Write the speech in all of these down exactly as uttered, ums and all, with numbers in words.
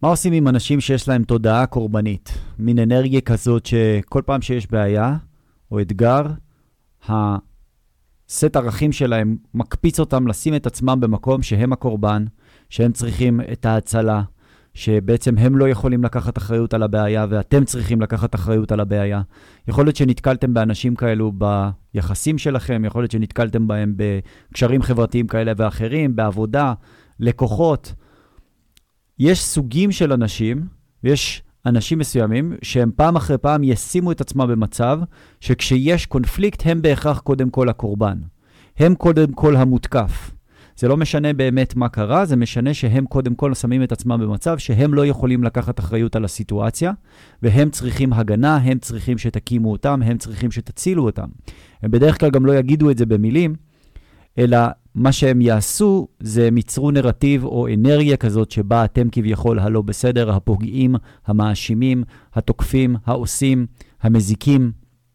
מה עושים עם אנשים שיש להם תודעה קורבנית? מין אנרגיה כזאת שכל פעם שיש בעיה או אתגר, הסט ערכים שלהם מקפיץ אותם לשים את עצמם במקום שהם הקורבן, שהם צריכים את ההצלה, שבעצם הם לא יכולים לקחת אחריות על הבעיה, ואתם צריכים לקחת אחריות על הבעיה. יכול להיות שנתקלתם באנשים כאלו ביחסים שלכם, יכול להיות שנתקלתם בהם בקשרים חברתיים כאלה ואחרים, בעבודה, לקוחות. יש סוגים של אנשים, ויש אנשים מסוימים, שהם פעם אחרי פעם ישימו את עצמם במצב, שכשיש קונפליקט, הם בהכרח קודם כל הקורבן. הם קודם כל המותקף. זה לא משנה באמת מה קרה, זה משנה שהם קודם כל שמים את עצמם במצב שהם לא יכולים לקחת אחריות על הסיטואציה, והם צריכים הגנה, הם צריכים שתקימו אותם, הם צריכים שתצילו אותם. הם בדרך כלל גם לא יגידו את זה במילים, אלא מה שהם יעשו זה הם ייצרו נרטיב או אנרגיה כזאת שבה אתם כביכול הלא בסדר, הפוגעים, המאשימים, התוקפים, העושים, המזיקים.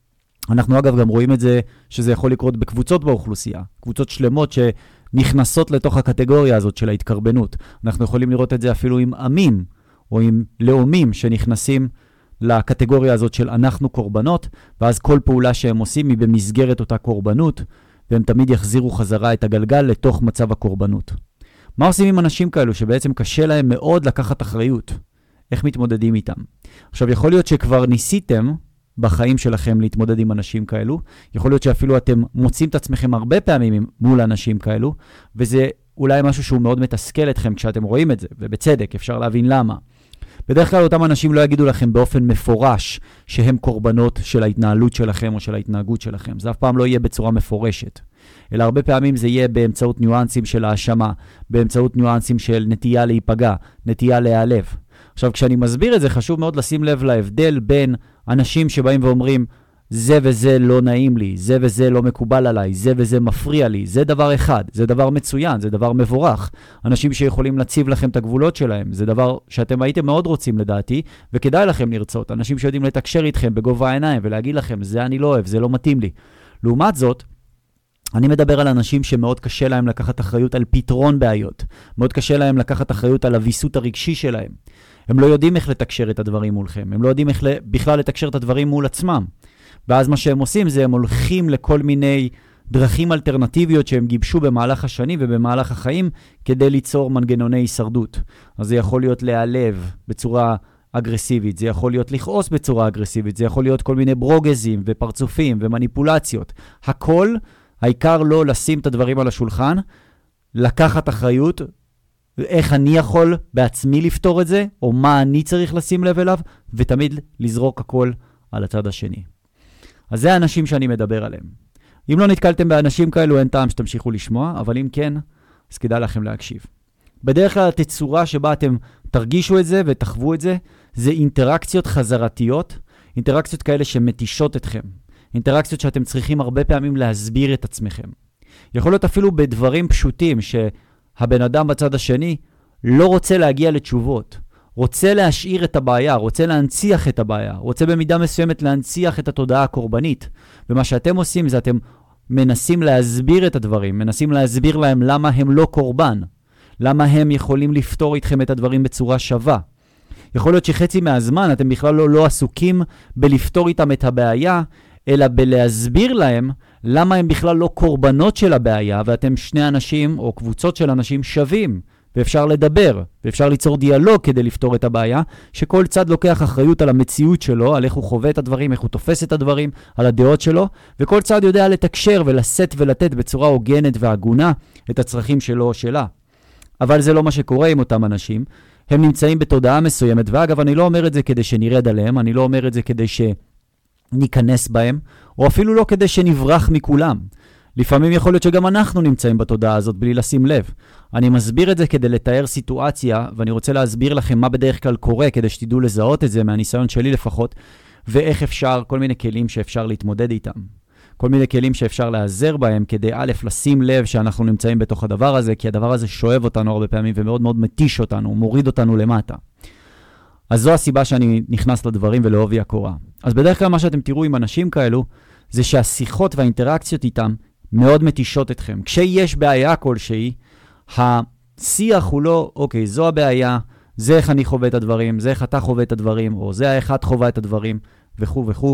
אנחנו אגב גם רואים את זה שזה יכול לקרות בקבוצות באוכלוסייה, קבוצות שלמות שנכנסות לתוך הקטגוריה הזאת של ההתקרבנות. אנחנו יכולים לראות את זה אפילו עם עמים או עם לאומים שנכנסים לקטגוריה הזאת של אנחנו קורבנות, ואז כל פעולה שהם עושים היא במסגרת אותה קורבנות, והם תמיד יחזירו חזרה את הגלגל לתוך מצב הקורבנות. מה עושים עם אנשים כאלו שבעצם קשה להם מאוד לקחת אחריות? איך מתמודדים איתם? עכשיו, יכול להיות שכבר ניסיתם בחיים שלכם להתמודד עם אנשים כאלו, יכול להיות שאפילו אתם מוצאים את עצמכם הרבה פעמים מול אנשים כאלו, וזה אולי משהו שהוא מאוד מתסכל אתכם כשאתם רואים את זה, ובצדק, אפשר להבין למה. בדרך כלל אותם אנשים לא יגידו לכם באופן מפורש שהם קורבנות של ההתנהלות שלכם או של ההתנהגות שלכם. זה אף פעם לא יהיה בצורה מפורשת. אלא הרבה פעמים זה יהיה באמצעות ניואנסים של האשמה, באמצעות ניואנסים של נטייה להיפגע, נטייה להיעלב. עכשיו, כשאני מסביר את זה, חשוב מאוד לשים לב להבדל בין אנשים שבאים ואומרים, זה וזה לא נעים לי, זה וזה לא מקובל עליי, זה וזה מפריע לי, זה דבר אחד, זה דבר מצוין, זה דבר מבורך. אנשים שיכולים להציב לכם את הגבולות שלהם, זה דבר שאתם הייתם מאוד רוצים לדעתי, וכדאי לכם לרצות. אנשים שיודעים לתקשר איתכם בגובה העיניים ולהגיד לכם, זה אני לא אוהב, זה לא מתאים לי. לעומת זאת, אני מדבר על אנשים שמאוד קשה להם לקחת אחריות על פתרון בעיות, מאוד קשה להם לקחת אחריות על הוויסות הרגשי שלהם. הם לא יודעים איך לתקשר את הדברים מולכם, הם לא יודעים איך בכלל לתקשר את הדברים מול עצמם. ואז מה שהם עושים זה הם הולכים לכל מיני דרכים אלטרנטיביות שהם גיבשו במהלך השנים ובמהלך החיים כדי ליצור מנגנוני הישרדות. אז זה יכול להיות להיעלב בצורה אגרסיבית, זה יכול להיות לכעוס בצורה אגרסיבית, זה יכול להיות כל מיני ברוגזים ופרצופים ומניפולציות. הכל, העיקר לא לשים את הדברים על השולחן, לקחת אחריות, איך אני יכול בעצמי לפתור את זה, או מה אני צריך לשים לב אליו, ותמיד לזרוק הכל על הצד השני. אז זה האנשים שאני מדבר עליהם. אם לא נתקלתם באנשים כאלו, אין טעם שתמשיכו לשמוע, אבל אם כן, אז כדאי לכם להקשיב. בדרך כלל התצורה שבה אתם תרגישו את זה ותחוו את זה, זה אינטראקציות חזרתיות, אינטראקציות כאלה שמתישות אתכם. אינטראקציות שאתם צריכים הרבה פעמים להסביר את עצמכם. יכול להיות אפילו בדברים פשוטים שהבן אדם בצד השני לא רוצה להגיע לתשובות. רוצה להשאיר את הבעיה, רוצה להנציח את הבעיה, רוצה במידה מסוימת להנציח את התודעה הקורבנית. ומה שאתם עושים זה אתם מנסים להסביר את הדברים, מנסים להסביר להם למה הם לא קורבן, למה הם יכולים לפתור איתכם את הדברים בצורה שווה. יכול להיות שחצי מהזמן אתם בכלל לא, לא עסוקים בלפתור איתם את הבעיה, אלא בלהסביר להם למה הם בכלל לא קורבנות של הבעיה, ואתם שני אנשים או קבוצות של אנשים שווים. ואפשר לדבר, ואפשר ליצור דיאלוג כדי לפתור את הבעיה, שכל צד לוקח אחריות על המציאות שלו, על איך הוא חווה את הדברים, איך הוא תופס את הדברים, על הדעות שלו, וכל צד יודע לתקשר ולשאת ולתת בצורה הוגנת והגונה את הצרכים שלו או שלה. אבל זה לא מה שקורה עם אותם אנשים. הם נמצאים בתודעה מסוימת, ואגב, אני לא אומר את זה כדי שנרד עליהם, אני לא אומר את זה כדי שניכנס בהם, או אפילו לא כדי שנברח מכולם. לפעמים יכול להיות שגם אנחנו נמצאים בתודעה הזאת בלי לשים לב. אני מסביר את זה כדי לתאר סיטואציה, ואני רוצה להסביר לכם מה בדרך כלל קורה, כדי שתדעו לזהות את זה מהניסיון שלי לפחות, ואיך אפשר, כל מיני כלים שאפשר להתמודד איתם. כל מיני כלים שאפשר לעזר בהם כדי א', לשים לב שאנחנו נמצאים בתוך הדבר הזה, כי הדבר הזה שואב אותנו הרבה פעמים ומאוד מאוד מתיש אותנו, מוריד אותנו למטה. אז זו הסיבה שאני נכנס לדברים ולעובי הקורה. אז בדרך כלל מה שאתם תראו עם אנשים כאלו, זה שהשיחות והאינטראקציות איתם מאוד מתישות אתכם. כשיש בעיה כלשהי, השיח הוא לא, אוקיי, זו הבעיה, זה איך אני חווה את הדברים, זה איך אתה חווה את הדברים, או זה איך את חווה את הדברים, וכו' וכו'.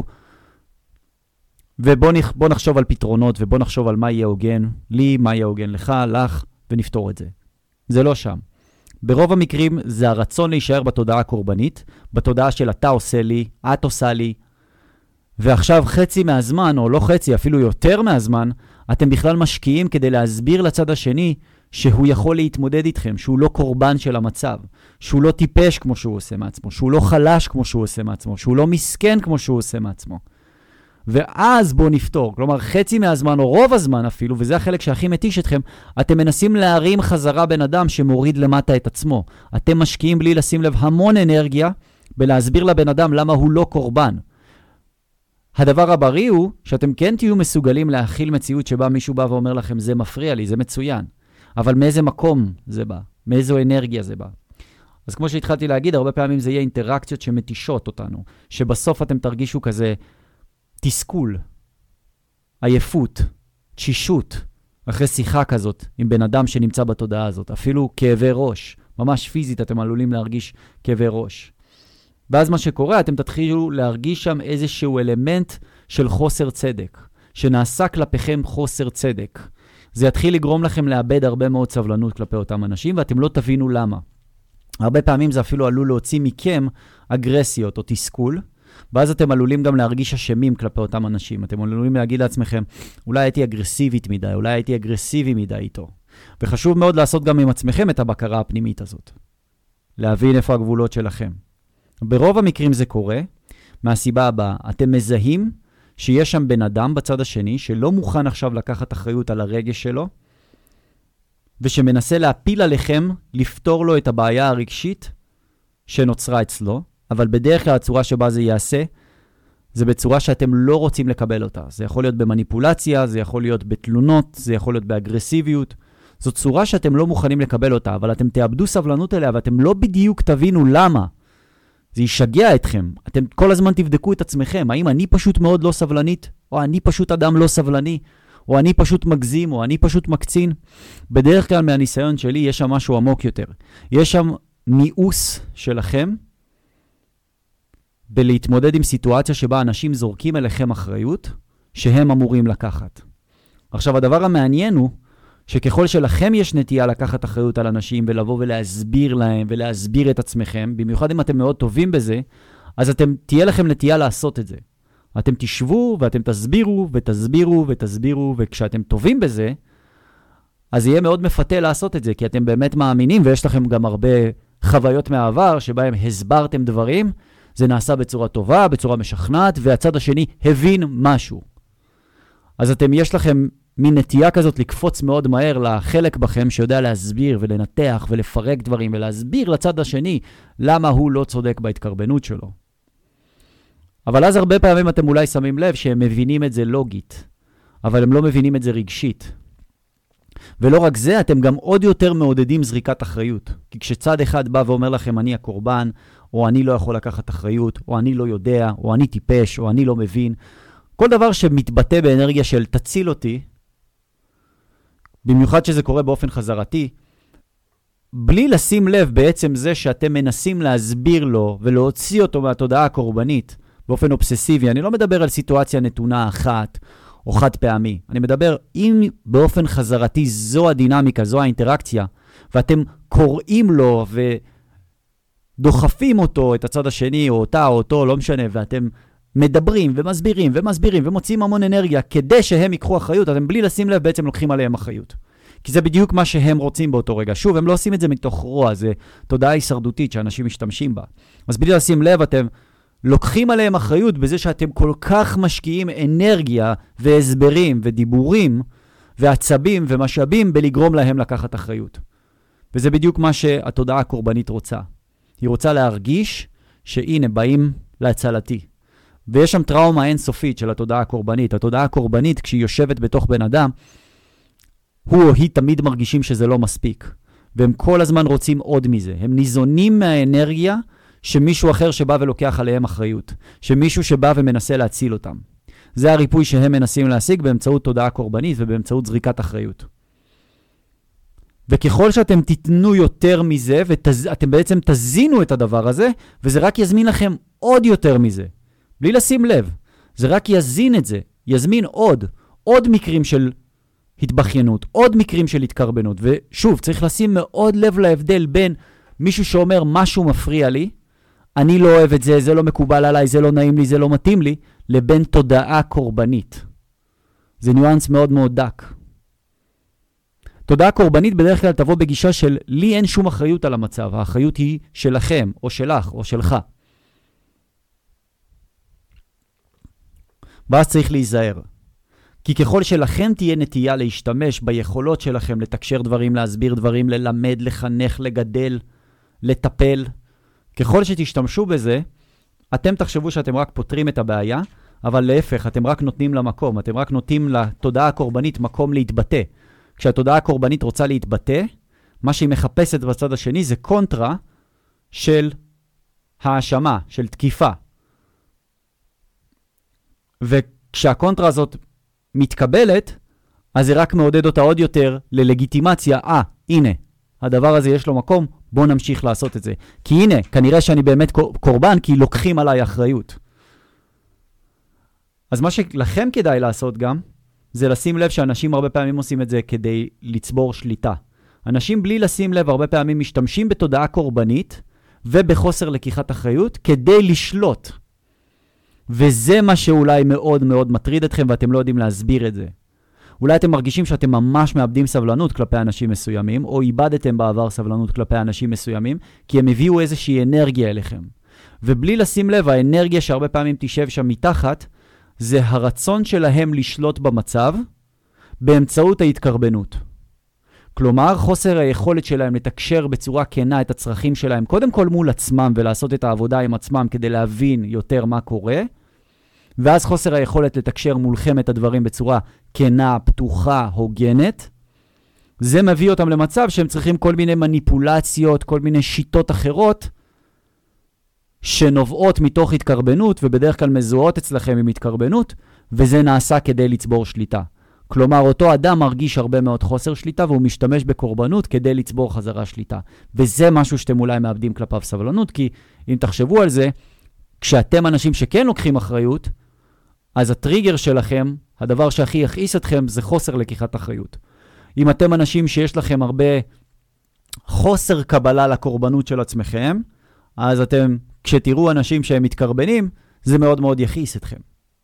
ובוא נח, בוא נחשוב על פתרונות, ובוא נחשוב על מה יהיה הוגן לי, מה יהיה הוגן לך, לך, ונפתור את זה. זה לא שם. ברוב המקרים זה הרצון להישאר בתודעה הקורבנית, בתודעה של אתה עושה לי, את עושה לי, ועכשיו חצי מהזמן, או לא חצי, אפילו יותר מהזמן, אתם בכלל משקיעים כדי להסביר לצד השני שהוא יכול להתמודד איתכם, שהוא לא קורבן של המצב, שהוא לא טיפש כמו שהוא עושה מעצמו, שהוא לא חלש כמו שהוא עושה מעצמו, שהוא לא מסכן כמו שהוא עושה מעצמו. ואז בוא נפתור. כלומר, חצי מהזמן, או רוב הזמן אפילו, וזה החלק שהכי מתיש אתכם, אתם מנסים להרים חזרה בן אדם שמוריד למטה את עצמו. אתם משקיעים בלי לשים לב המון אנרגיה בלהסביר לבן אדם למה הוא לא קורבן. הדבר הבריא הוא שאתם כן תהיו מסוגלים להכיל מציאות שבה מישהו בא ואומר לכם, זה מפריע לי, זה מצוין. אבל מאיזה מקום זה בא? מאיזו אנרגיה זה בא? אז כמו שהתחלתי להגיד, הרבה פעמים זה יהיה אינטראקציות שמתישות אותנו, שבסוף אתם תרגישו כזה תסכול, עייפות, תשישות, אחרי שיחה כזאת עם בן אדם שנמצא בתודעה הזאת, אפילו כאבי ראש, ממש פיזית אתם עלולים להרגיש כאבי ראש. ואז מה שקורה, אתם תתחילו להרגיש שם איזשהו אלמנט של חוסר צדק, שנעשה כלפיכם חוסר צדק. זה יתחיל לגרום לכם לאבד הרבה מאוד סבלנות כלפי אותם אנשים, ואתם לא תבינו למה. הרבה פעמים זה אפילו עלול להוציא מכם אגרסיות או תסכול, ואז אתם עלולים גם להרגיש אשמים כלפי אותם אנשים. אתם עלולים להגיד לעצמכם, אולי הייתי אגרסיבית מדי, אולי הייתי אגרסיבי מדי איתו. וחשוב מאוד לעשות גם עם עצמכם את הבקרה הפנימית הזאת. להבין איפה הגבולות שלכם. ברוב המקרים זה קורה, מהסיבה הבאה, אתם מזהים שיש שם בן אדם בצד השני, שלא מוכן עכשיו לקחת אחריות על הרגש שלו, ושמנסה להפיל עליכם, לפתור לו את הבעיה הרגשית שנוצרה אצלו, אבל בדרך כלל הצורה שבה זה יעשה, זה בצורה שאתם לא רוצים לקבל אותה. זה יכול להיות במניפולציה, זה יכול להיות בתלונות, זה יכול להיות באגרסיביות. זו צורה שאתם לא מוכנים לקבל אותה, אבל אתם תאבדו סבלנות אליה, ואתם לא בדיוק תבינו למה. זה ישגע אתכם. אתם כל הזמן תבדקו את עצמכם. האם אני פשוט מאוד לא סבלנית, או אני פשוט אדם לא סבלני, או אני פשוט מגזים, או אני פשוט מקצין. בדרך כלל מהניסיון שלי יש שם משהו עמוק יותר. יש שם מיאוס שלכם, בלהתמודד עם סיטואציה שבה אנשים זורקים אליכם אחריות, שהם אמורים לקחת. עכשיו, הדבר המעניין הוא, שככל שלכם יש נטייה לקחת אחריות על אנשים, ולבוא ולהסביר להם, ולהסביר את עצמכם, במיוחד אם אתם מאוד טובים בזה, אז אתם, תהיה לכם נטייה לעשות את זה. אתם תשבו, ואתם תסבירו, ותסבירו, ותסבירו, וכשאתם טובים בזה, אז יהיה מאוד מפתה לעשות את זה, כי אתם באמת מאמינים, ויש לכם גם הרבה חוויות מהעבר, שבהם הסברתם דברים, זה נעשה בצורה טובה, בצורה משכנעת, והצד השני הבין משהו. אז אתם, יש לכם מין נטייה כזאת לקפוץ מאוד מהר לחלק בכם שיודע להסביר ולנתח ולפרק דברים ולהסביר לצד השני למה הוא לא צודק בהתקרבנות שלו. אבל אז הרבה פעמים אתם אולי שמים לב שהם מבינים את זה לוגית, אבל הם לא מבינים את זה רגשית. ולא רק זה, אתם גם עוד יותר מעודדים זריקת אחריות. כי כשצד אחד בא ואומר לכם אני הקורבן, או אני לא יכול לקחת אחריות, או אני לא יודע, או אני טיפש, או אני לא מבין, כל דבר שמתבטא באנרגיה של תציל אותי, במיוחד שזה קורה באופן חזרתי, בלי לשים לב בעצם זה שאתם מנסים להסביר לו ולהוציא אותו מהתודעה הקורבנית באופן אובססיבי. אני לא מדבר על סיטואציה נתונה אחת או חד פעמי. אני מדבר אם באופן חזרתי זו הדינמיקה, זו האינטראקציה, ואתם קוראים לו ודוחפים אותו, את הצד השני או אותה או אותו, לא משנה, ואתם מדברים ומסבירים ומסבירים ומוצאים המון אנרגיה כדי שהם ייקחו אחריות, אתם בלי לשים לב בעצם לוקחים עליהם אחריות. כי זה בדיוק מה שהם רוצים באותו רגע. שוב, הם לא עושים את זה מתוך רוע, זה תודעה הישרדותית שאנשים משתמשים בה. אז בלי לשים לב, אתם לוקחים עליהם אחריות בזה שאתם כל כך משקיעים אנרגיה והסברים ודיבורים ועצבים ומשאבים בלגרום להם לקחת אחריות. וזה בדיוק מה שהתודעה הקורבנית רוצה. היא רוצה להרגיש שהנה באים להצלתי. ויש שם טראומה אינסופית של התודעה הקורבנית. התודעה הקורבנית, כשהיא יושבת בתוך בן אדם, הוא או היא תמיד מרגישים שזה לא מספיק. והם כל הזמן רוצים עוד מזה. הם ניזונים מהאנרגיה שמישהו אחר שבא ולוקח עליהם אחריות. שמישהו שבא ומנסה להציל אותם. זה הריפוי שהם מנסים להשיג באמצעות תודעה קורבנית ובאמצעות זריקת אחריות. וככל שאתם תיתנו יותר מזה, ואתם בעצם תזינו את הדבר הזה, וזה רק יזמין לכם עוד יותר מזה. בלי לשים לב. זה רק יזין את זה. יזמין עוד. עוד מקרים של התבחיינות. עוד מקרים של התקרבנות. ושוב, צריך לשים מאוד לב להבדל בין מישהו שאומר משהו מפריע לי, אני לא אוהב את זה, זה לא מקובל עליי, זה לא נעים לי, זה לא מתאים לי, לבין תודעה קורבנית. זה ניואנס מאוד מאוד דק. תודעה קורבנית בדרך כלל תבוא בגישה של לי אין שום אחריות על המצב, האחריות היא שלכם, או שלך, או שלך. ואז צריך להיזהר. כי ככל שלכם תהיה נטייה להשתמש ביכולות שלכם, לתקשר דברים, להסביר דברים, ללמד, לחנך, לגדל, לטפל, ככל שתשתמשו בזה, אתם תחשבו שאתם רק פותרים את הבעיה, אבל להפך, אתם רק נותנים לה מקום, אתם רק נותנים לתודעה הקורבנית מקום להתבטא. כשהתודעה הקורבנית רוצה להתבטא, מה שהיא מחפשת בצד השני זה קונטרה של האשמה, של תקיפה. וכשהקונטרה הזאת מתקבלת, אז זה רק מעודד אותה עוד יותר ללגיטימציה. אה, הנה, הדבר הזה יש לו מקום, בואו נמשיך לעשות את זה. כי הנה, כנראה שאני באמת קורבן, כי לוקחים עליי אחריות. אז מה שלכם כדאי לעשות גם, זה לשים לב שאנשים הרבה פעמים עושים את זה כדי לצבור שליטה. אנשים בלי לשים לב הרבה פעמים משתמשים בתודעה קורבנית ובחוסר לקיחת אחריות כדי לשלוט. וזה מה שאולי מאוד מאוד מטריד אתכם ואתם לא יודעים להסביר את זה. אולי אתם מרגישים שאתם ממש מאבדים סבלנות כלפי אנשים מסוימים, או איבדתם בעבר סבלנות כלפי אנשים מסוימים, כי הם הביאו איזושהי אנרגיה אליכם. ובלי לשים לב, האנרגיה שהרבה פעמים תשב שם מתחת, זה הרצון שלהם לשלוט במצב באמצעות ההתקרבנות. כלומר, חוסר היכולת שלהם לתקשר בצורה כנה את הצרכים שלהם, קודם כל מול עצמם ולעשות את העבודה עם עצמם כדי להבין יותר מה קורה, ואז חוסר היכולת לתקשר מולכם את הדברים בצורה כנה, פתוחה, הוגנת, זה מביא אותם למצב שהם צריכים כל מיני מניפולציות, כל מיני שיטות אחרות, שנובעות מתוך התקרבנות, ובדרך כלל מזוהות אצלכם עם התקרבנות, וזה נעשה כדי לצבור שליטה. כלומר, אותו אדם מרגיש הרבה מאוד חוסר שליטה, והוא משתמש בקורבנות כדי לצבור חזרה שליטה. וזה משהו שאתם אולי מאבדים כלפיו סבלנות, כי אם תחשבו על זה, כשאתם אנשים שכן לוקחים אחריות, אז הטריגר שלכם, הדבר שהכי יכעיס אתכם, זה חוסר לקיחת אחריות. אם אתם אנשים שיש לכם הרבה חוסר קבלה לקורבנות של עצמכם, אז אתם, כשתראו אנשים שהם מתקרבנים, זה מאוד מאוד יכעיס אתכם.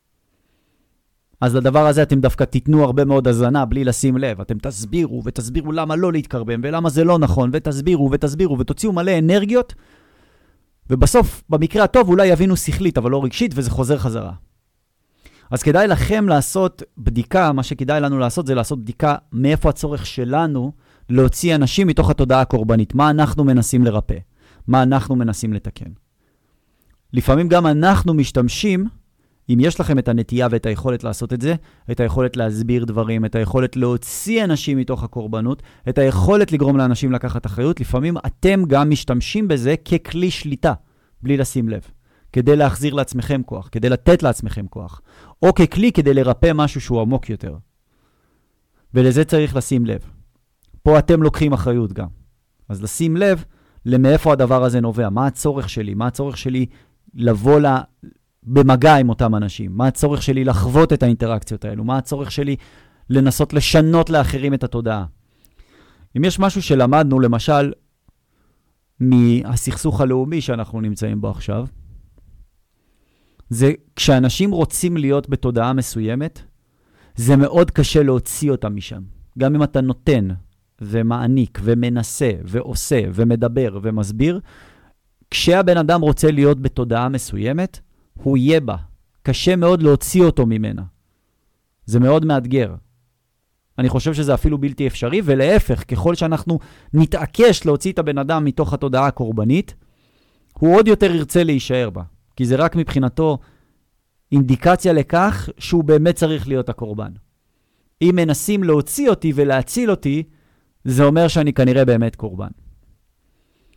אז לדבר הזה אתם דווקא תיתנו הרבה מאוד הזנה בלי לשים לב. אתם תסבירו ותסבירו למה לא להתקרבן ולמה זה לא נכון, ותסבירו ותסבירו ותוציאו מלא אנרגיות, ובסוף, במקרה הטוב, אולי יבינו שכלית, אבל לא רגשית, וזה חוזר חזרה. אז כדאי לכם לעשות בדיקה, מה שכדאי לנו לעשות זה לעשות בדיקה מאיפה הצורך שלנו להוציא אנשים מתוך התודעה הקורבנית. מה אנחנו מנסים לרפא? מה אנחנו מנסים לתקן? לפעמים גם אנחנו משתמשים, אם יש לכם את הנטייה ואת היכולת לעשות את זה, את היכולת להסביר דברים, את היכולת להוציא אנשים מתוך הקורבנות, את היכולת לגרום לאנשים לקחת אחריות, לפעמים אתם גם משתמשים בזה ככלי שליטה, בלי לשים לב. כדי להחזיר לעצמכם כוח, כדי לתת לעצמכם כוח, או ככלי כדי לרפא משהו שהוא עמוק יותר. ולזה צריך לשים לב. פה אתם לוקחים אחריות גם. אז לשים לב למאיפה הדבר הזה נובע, מה הצורך שלי, מה הצורך שלי לבוא לה, במגע עם אותם אנשים, מה הצורך שלי לחוות את האינטראקציות האלו, מה הצורך שלי לנסות לשנות לאחרים את התודעה. אם יש משהו שלמדנו, למשל, מהסכסוך הלאומי שאנחנו נמצאים בו עכשיו, זה כשאנשים רוצים להיות בתודעה מסוימת, זה מאוד קשה להוציא אותם משם. גם אם אתה נותן ומעניק ומנסה ועושה ומדבר ומסביר, כשהבן אדם רוצה להיות בתודעה מסוימת, הוא יהיה בה. קשה מאוד להוציא אותו ממנה. זה מאוד מאתגר. אני חושב שזה אפילו בלתי אפשרי, ולהפך, ככל שאנחנו נתעקש להוציא את הבן אדם מתוך התודעה הקורבנית, הוא עוד יותר ירצה להישאר בה. כי זה רק מבחינתו אינדיקציה לכך שהוא באמת צריך להיות הקורבן. אם מנסים להוציא אותי ולהציל אותי, זה אומר שאני כנראה באמת קורבן.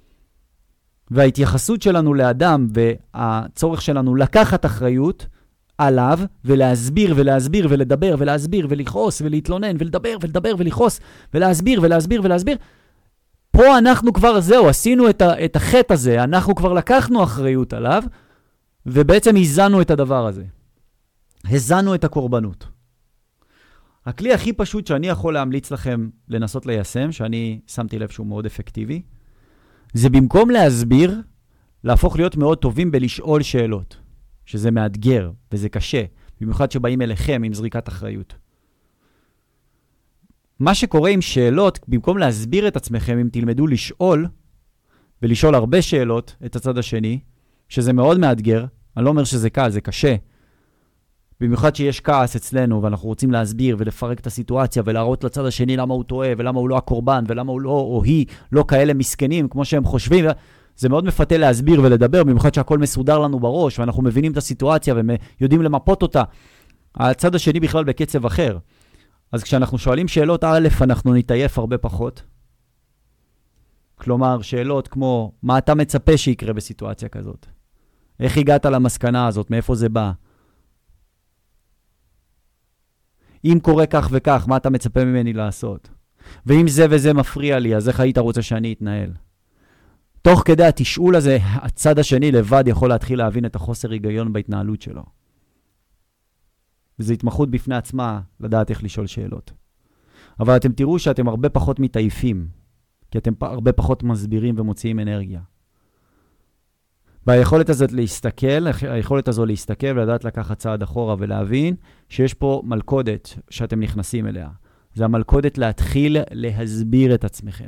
וההתייחסות שלנו לאדם והצורך שלנו לקחת אחריות, עליו ולהסביר ולהסביר ולדבר ולהסביר ולכעוס ולהתלונן ולדבר ולדבר ולכעוס ולהסביר ולהסביר ולהסביר. פה אנחנו כבר זהו, עשינו את, ה, את החטא הזה, אנחנו כבר לקחנו אחריות עליו, ובעצם הזנו את הדבר הזה. הזנו את הקורבנות. הכלי הכי פשוט שאני יכול להמליץ לכם לנסות ליישם, שאני שמתי לב שהוא מאוד אפקטיבי, זה במקום להסביר, להפוך להיות מאוד טובים בלשאול שאלות, שזה מאתגר וזה קשה, במיוחד שבאים אליכם עם זריקת אחריות. מה שקורה עם שאלות, במקום להסביר את עצמכם, אם תלמדו לשאול, ולשאול הרבה שאלות את הצד השני, שזה מאוד מאתגר, אני לא אומר שזה קל, זה קשה, במיוחד שיש כעס אצלנו, ואנחנו רוצים להסביר ולפרק את הסיטואציה, ולהראות לצד השני למה הוא טועה, ולמה הוא לא הקורבן, ולמה הוא לא, או היא, לא כאלה מסכנים, כמו שהם חושבים. זה מאוד מפתה להסביר ולדבר, במיוחד שהכל מסודר לנו בראש, ואנחנו מבינים את הסיטואציה, ויודעים למפות אותה. הצד השני בכלל בקצב אחר. אז כשאנחנו שואלים שאלות א', אנחנו נתעייף הרבה פחות. כלומר, שאלות כמו, מה אתה מצפה שיקרה בסיטואציה כזאת? איך הגעת למסקנה הזאת? מאיפה זה בא? אם קורה כך וכך, מה אתה מצפה ממני לעשות? ואם זה וזה מפריע לי, אז איך היית רוצה שאני אתנהל? תוך כדי התשאול הזה, הצד השני לבד יכול להתחיל להבין את החוסר היגיון בהתנהלות שלו. וזו התמחות בפני עצמה לדעת איך לשאול שאלות. אבל אתם תראו שאתם הרבה פחות מתעייפים, כי אתם הרבה פחות מסבירים ומוציאים אנרגיה. והיכולת הזאת להסתכל, היכולת הזו להסתכל ולדעת לקחת צעד אחורה ולהבין שיש פה מלכודת שאתם נכנסים אליה. זה המלכודת להתחיל להסביר את עצמכם.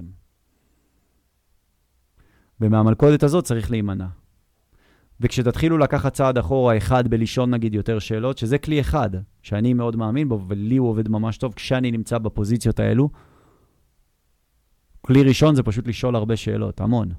ומהמלכודת הזאת צריך להימנע. וכשתתחילו לקחת צעד אחורה אחד בלישון נגיד יותר שאלות, שזה כלי אחד שאני מאוד מאמין בו ולי הוא עובד ממש טוב כשאני נמצא בפוזיציות האלו, כלי ראשון זה פשוט לשאול הרבה שאלות, המון.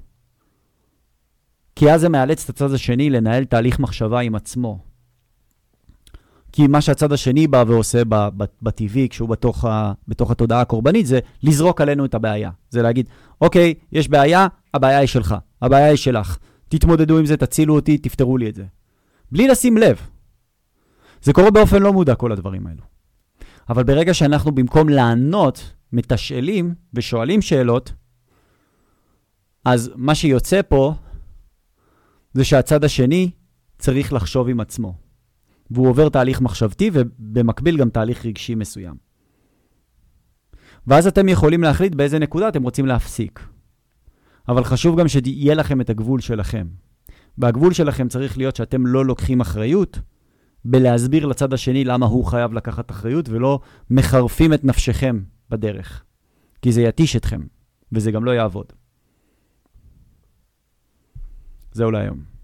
כי אז זה מאלץ את הצד השני לנהל תהליך מחשבה עם עצמו. כי מה שהצד השני בא ועושה בטבעי, כשהוא בתוך, ה, בתוך התודעה הקורבנית, זה לזרוק עלינו את הבעיה. זה להגיד, אוקיי, יש בעיה, הבעיה היא שלך, הבעיה היא שלך. תתמודדו עם זה, תצילו אותי, תפתרו לי את זה. בלי לשים לב. זה קורה באופן לא מודע כל הדברים האלו. אבל ברגע שאנחנו במקום לענות, מתשאלים ושואלים שאלות, אז מה שיוצא פה, זה שהצד השני צריך לחשוב עם עצמו. והוא עובר תהליך מחשבתי ובמקביל גם תהליך רגשי מסוים. ואז אתם יכולים להחליט באיזה נקודה אתם רוצים להפסיק. אבל חשוב גם שיהיה לכם את הגבול שלכם. והגבול שלכם צריך להיות שאתם לא לוקחים אחריות בלהסביר לצד השני למה הוא חייב לקחת אחריות ולא מחרפים את נפשכם בדרך. כי זה יתיש אתכם וזה גם לא יעבוד. זהו להיום.